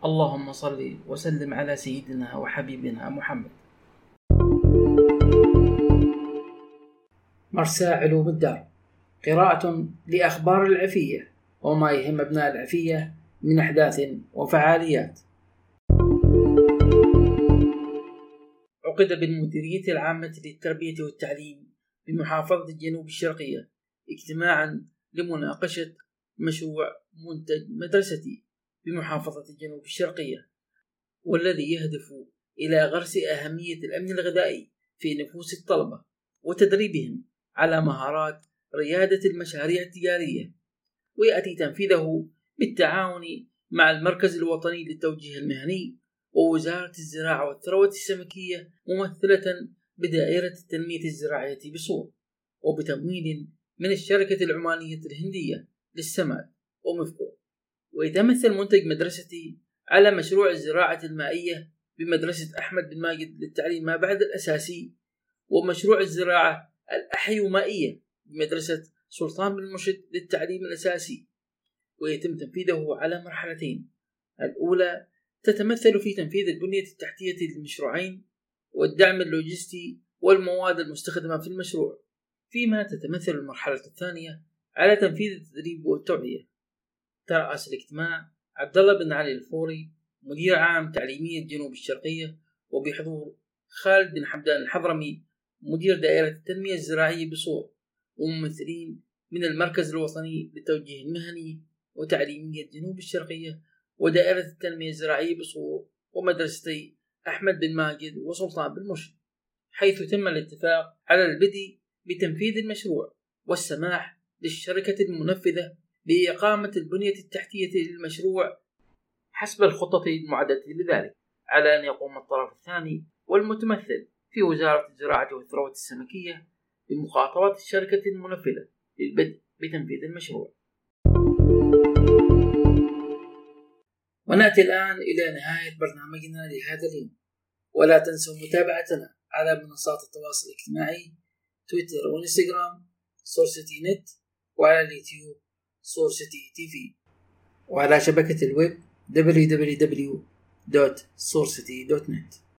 اللهم صل وسلم على سيدنا وحبيبنا محمد. مرسى علوم الدار، قراءة لأخبار العفية وما يهم أبناء العفية من أحداث وفعاليات. عقد بالمديرية العامة للتربية والتعليم بمحافظة الجنوب الشرقية اجتماعا لمناقشة مشروع منتج مدرستي بمحافظة الجنوب الشرقية، والذي يهدف إلى غرس أهمية الأمن الغذائي في نفوس الطلبة وتدريبهم على مهارات ريادة المشاريع التجارية، ويأتي تنفيذه بالتعاون مع المركز الوطني للتوجيه المهني ووزارة الزراعة والثروة السمكية ممثلة بدائرة التنمية الزراعية بصور، وبتمويل من الشركة العمانية الهندية للسماد ومفكو. ويتمثل منتج مدرستي على مشروع الزراعة المائية بمدرسة أحمد بن ماجد للتعليم ما بعد الأساسي، ومشروع الزراعة الأحيومائية بمدرسة سلطان بن مرشد للتعليم الأساسي، ويتم تنفيذه على مرحلتين. الأولى تتمثل في تنفيذ البنية التحتية للمشروعين والدعم اللوجستي والمواد المستخدمة في المشروع، فيما تتمثل المرحلة الثانية على تنفيذ التدريب والتوعية. ترأس الاجتماع عبد الله بن علي الفوري مدير عام تعليمية الجنوب الشرقية، وبحضور خالد بن حمدان الحضرمي مدير دائرة التنمية الزراعية بصور، وممثلين من المركز الوطني للتوجيه المهني وتعليمية الجنوب الشرقية ودائرة التنمية الزراعية بصور ومدرستي أحمد بن ماجد وسلطان بن مرشد، حيث تم الاتفاق على البدء بتنفيذ المشروع والسماح للشركة المنفذة بإقامة البنية التحتية للمشروع حسب الخطة المعدة لذلك، على أن يقوم الطرف الثاني والمتمثل في وزارة الزراعة والثروة السمكية بمخاطبة الشركة المنفذة للبدء بتنفيذ المشروع. ونأتي الآن إلى نهاية برنامجنا لهذا اليوم، ولا تنسوا متابعتنا على منصات التواصل الاجتماعي تويتر وإنستغرام سورسيتي نت، وعلى اليوتيوب سورسيتي تي في، وعلى شبكة الويب www.sourcity.net.